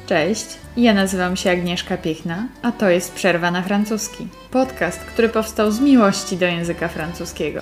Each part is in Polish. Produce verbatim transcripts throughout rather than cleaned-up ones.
Cześć, ja nazywam się Agnieszka Piechna, a to jest Przerwa na francuski. Podcast, który powstał z miłości do języka francuskiego.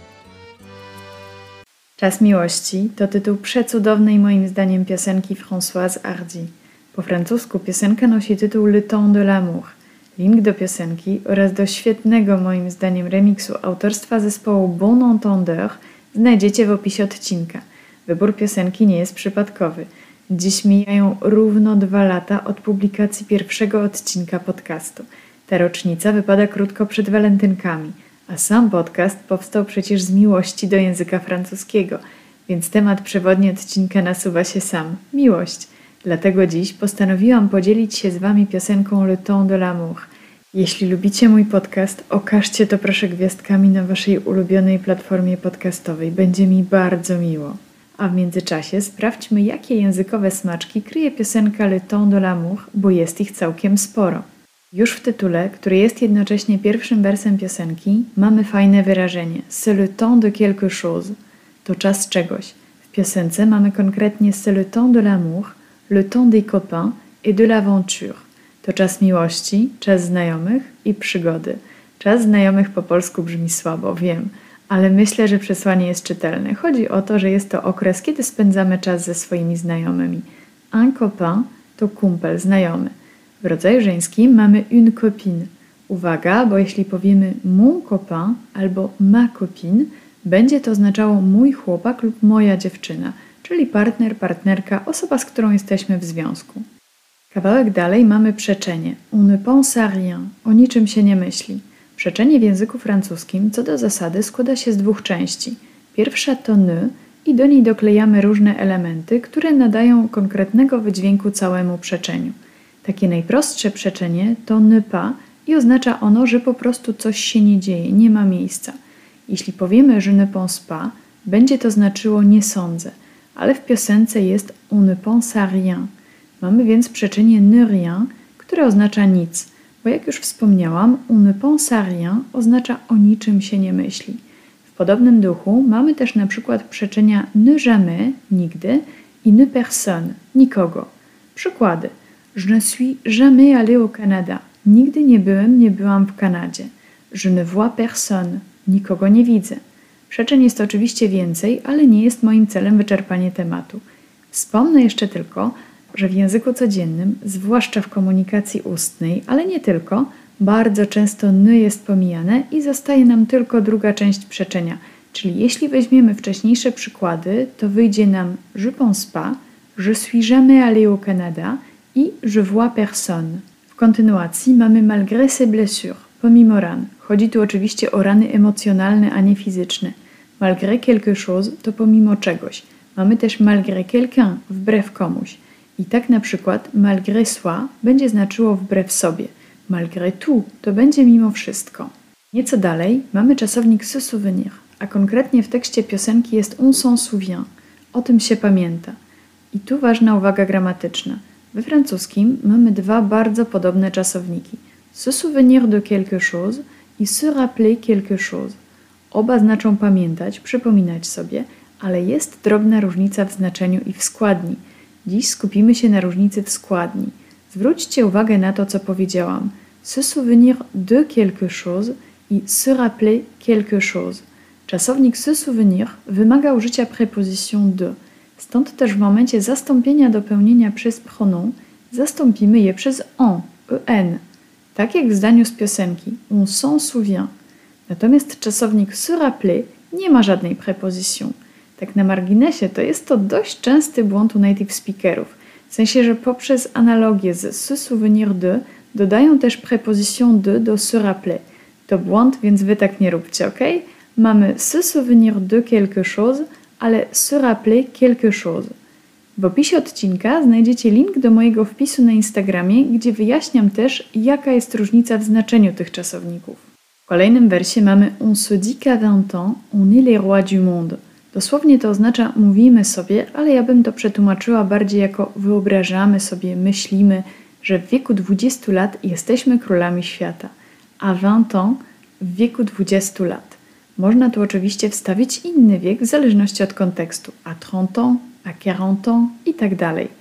Czas miłości to tytuł przecudownej moim zdaniem piosenki Françoise Hardy. Po francusku piosenka nosi tytuł Le temps de l'amour. Link do piosenki oraz do świetnego moim zdaniem remiksu autorstwa zespołu Bon Entendeur znajdziecie w opisie odcinka. Wybór piosenki nie jest przypadkowy. Dziś mijają równo dwa lata od publikacji pierwszego odcinka podcastu. Ta rocznica wypada krótko przed walentynkami, a sam podcast powstał przecież z miłości do języka francuskiego, więc temat przewodni odcinka nasuwa się sam – miłość. Dlatego dziś postanowiłam podzielić się z Wami piosenką Le temps de l'amour. Jeśli lubicie mój podcast, okażcie to proszę gwiazdkami na Waszej ulubionej platformie podcastowej. Będzie mi bardzo miło. A w międzyczasie sprawdźmy, jakie językowe smaczki kryje piosenka Le temps de l'amour, bo jest ich całkiem sporo. Już w tytule, który jest jednocześnie pierwszym wersem piosenki, mamy fajne wyrażenie c'est le temps de quelque chose. To czas czegoś. W piosence mamy konkretnie c'est le temps de l'amour, le temps des copains et de l'aventure. To czas miłości, czas znajomych i przygody. Czas znajomych po polsku brzmi słabo, wiem. Ale myślę, że przesłanie jest czytelne. Chodzi o to, że jest to okres, kiedy spędzamy czas ze swoimi znajomymi. Un copain to kumpel, znajomy. W rodzaju żeńskim mamy une copine. Uwaga, bo jeśli powiemy mon copain albo ma copine, będzie to oznaczało mój chłopak lub moja dziewczyna, czyli partner, partnerka, osoba, z którą jesteśmy w związku. Kawałek dalej mamy przeczenie. On ne pense à rien. O niczym się nie myśli. Przeczenie w języku francuskim co do zasady składa się z dwóch części. Pierwsza to ne i do niej doklejamy różne elementy, które nadają konkretnego wydźwięku całemu przeczeniu. Takie najprostsze przeczenie to ne pas i oznacza ono, że po prostu coś się nie dzieje, nie ma miejsca. Jeśli powiemy je ne pense pas, będzie to znaczyło nie sądzę, ale w piosence jest on ne pense à rien. Mamy więc przeczenie ne rien, które oznacza nic. Bo jak już wspomniałam, on ne pense à rien oznacza o niczym się nie myśli. W podobnym duchu mamy też na przykład przeczenia ne jamais, nigdy i ne personne, nikogo. Przykłady. Je ne suis jamais allé au Canada. Nigdy nie byłem, nie byłam w Kanadzie. Je ne vois personne. Nikogo nie widzę. Przeczeń jest oczywiście więcej, ale nie jest moim celem wyczerpanie tematu. Wspomnę jeszcze tylko, że w języku codziennym, zwłaszcza w komunikacji ustnej, ale nie tylko, bardzo często ne jest pomijane i zostaje nam tylko druga część przeczenia. Czyli jeśli weźmiemy wcześniejsze przykłady, to wyjdzie nam je pense pas, je suis jamais allé au Canada i je vois personne. W kontynuacji mamy malgré ses blessures, pomimo ran. Chodzi tu oczywiście o rany emocjonalne, a nie fizyczne. Malgré quelque chose to pomimo czegoś. Mamy też malgré quelqu'un, wbrew komuś. I tak na przykład malgré soi będzie znaczyło wbrew sobie. Malgré tout to będzie mimo wszystko. Nieco dalej mamy czasownik se souvenir, a konkretnie w tekście piosenki jest on s'en souvient. O tym się pamięta. I tu ważna uwaga gramatyczna. We francuskim mamy dwa bardzo podobne czasowniki. Se souvenir de quelque chose i se rappeler quelque chose. Oba znaczą pamiętać, przypominać sobie, ale jest drobna różnica w znaczeniu i w składni. Dziś skupimy się na różnicy w składni. Zwróćcie uwagę na to, co powiedziałam. Se souvenir de quelque chose i se rappeler quelque chose. Czasownik se souvenir wymaga użycia preposition de. Stąd też w momencie zastąpienia dopełnienia przez pronom zastąpimy je przez on, en. Tak jak w zdaniu z piosenki on s'en souvient. Natomiast czasownik se rappeler nie ma żadnej preposition. Tak na marginesie to jest to dość częsty błąd u native speakerów. W sensie, że poprzez analogię z se souvenir de dodają też preposition de do se rappeler. To błąd, więc wy tak nie róbcie, ok? Mamy se souvenir de quelque chose, ale se rappeler quelque chose. W opisie odcinka znajdziecie link do mojego wpisu na Instagramie, gdzie wyjaśniam też, jaka jest różnica w znaczeniu tych czasowników. W kolejnym wersie mamy on se dit qu'à vingt ans, on est les rois du monde. Dosłownie to oznacza mówimy sobie, ale ja bym to przetłumaczyła bardziej jako wyobrażamy sobie, myślimy, że w wieku dwudziestu lat jesteśmy królami świata. A vingt ans w wieku dwudziestu lat. Można tu oczywiście wstawić inny wiek w zależności od kontekstu. A trente ans, a quarante ans i tak dalej.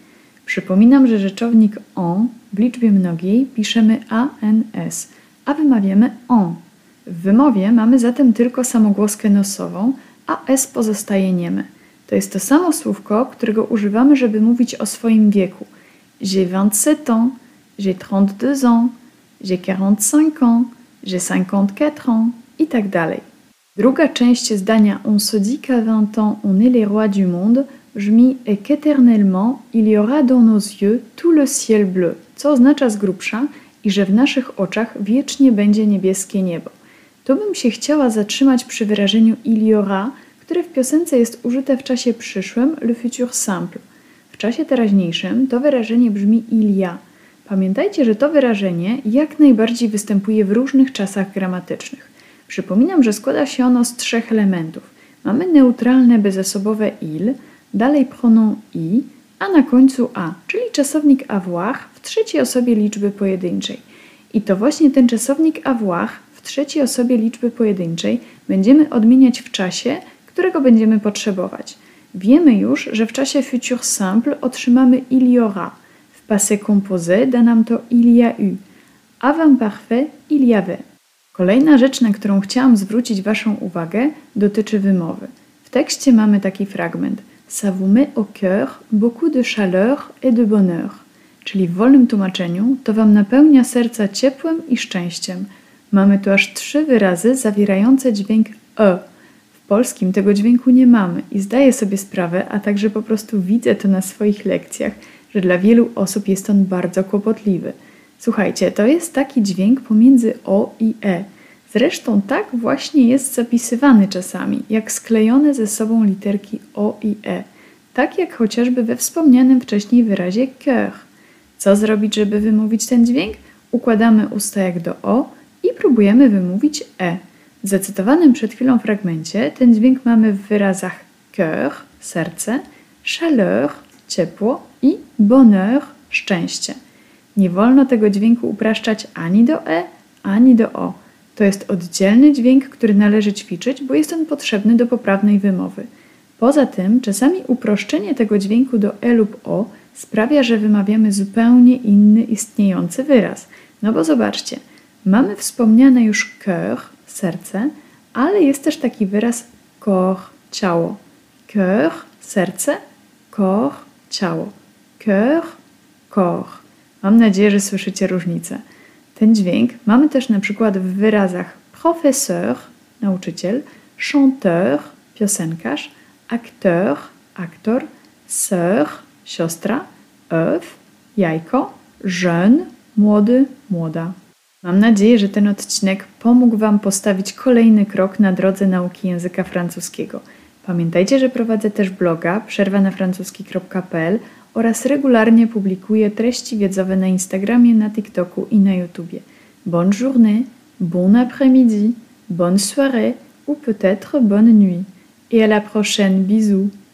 Przypominam, że rzeczownik on w liczbie mnogiej piszemy ans, a wymawiamy on. W wymowie mamy zatem tylko samogłoskę nosową, a s pozostaje nieme. To jest to samo słówko, którego używamy, żeby mówić o swoim wieku. J'ai vingt-sept ans, j'ai trente-deux ans, j'ai quarante-cinq ans, j'ai cinquante-quatre ans i tak dalej. Druga część zdania on se dit qu'à vingt ans on est les rois du monde brzmi et qu'éternellement il y aura dans nos yeux tout le ciel bleu, co oznacza z grubsza i że w naszych oczach wiecznie będzie niebieskie niebo. Tu bym się chciała zatrzymać przy wyrażeniu il y aura, które w piosence jest użyte w czasie przyszłym le futur simple. W czasie teraźniejszym to wyrażenie brzmi il y a. Pamiętajcie, że to wyrażenie jak najbardziej występuje w różnych czasach gramatycznych. Przypominam, że składa się ono z trzech elementów. Mamy neutralne bezosobowe il, dalej pronom i, a na końcu a, czyli czasownik avoir w trzeciej osobie liczby pojedynczej. I to właśnie ten czasownik avoir w trzeciej osobie liczby pojedynczej będziemy odmieniać w czasie, którego będziemy potrzebować. Wiemy już, że w czasie futur simple otrzymamy il y aura. W passé composé da nam to il y a eu, a w imparfait il y avait. Kolejna rzecz, na którą chciałam zwrócić Waszą uwagę, dotyczy wymowy. W tekście mamy taki fragment. Ça vous met au cœur beaucoup de chaleur et de bonheur. Czyli w wolnym tłumaczeniu to Wam napełnia serca ciepłem i szczęściem. Mamy tu aż trzy wyrazy zawierające dźwięk e. W polskim tego dźwięku nie mamy i zdaję sobie sprawę, a także po prostu widzę to na swoich lekcjach, że dla wielu osób jest on bardzo kłopotliwy. Słuchajcie, to jest taki dźwięk pomiędzy o i e. Zresztą tak właśnie jest zapisywany czasami, jak sklejone ze sobą literki o i e. Tak jak chociażby we wspomnianym wcześniej wyrazie cœur. Co zrobić, żeby wymówić ten dźwięk? Układamy usta jak do o i próbujemy wymówić e. W zacytowanym przed chwilą fragmencie ten dźwięk mamy w wyrazach cœur, serce, chaleur, ciepło i bonheur, szczęście. Nie wolno tego dźwięku upraszczać ani do e, ani do o. To jest oddzielny dźwięk, który należy ćwiczyć, bo jest on potrzebny do poprawnej wymowy. Poza tym czasami uproszczenie tego dźwięku do e lub o sprawia, że wymawiamy zupełnie inny istniejący wyraz. No bo zobaczcie, mamy wspomniane już cœur, serce, ale jest też taki wyraz corps, ciało. Cœur, serce, corps, ciało. Cœur, corps. Mam nadzieję, że słyszycie różnicę. Ten dźwięk mamy też na przykład w wyrazach professeur, nauczyciel, chanteur, piosenkarz, acteur, aktor, sœur, siostra, œuf, jajko, jeune, młody, młoda. Mam nadzieję, że ten odcinek pomógł Wam postawić kolejny krok na drodze nauki języka francuskiego. Pamiętajcie, że prowadzę też bloga przerwa na francuski kropka pe el oraz regularnie publikuję treści wiedzowe na Instagramie, na TikToku i na YouTubie. Bonne journée, bon après-midi, bonne soirée ou peut-être bonne nuit. Et à la prochaine, bisous!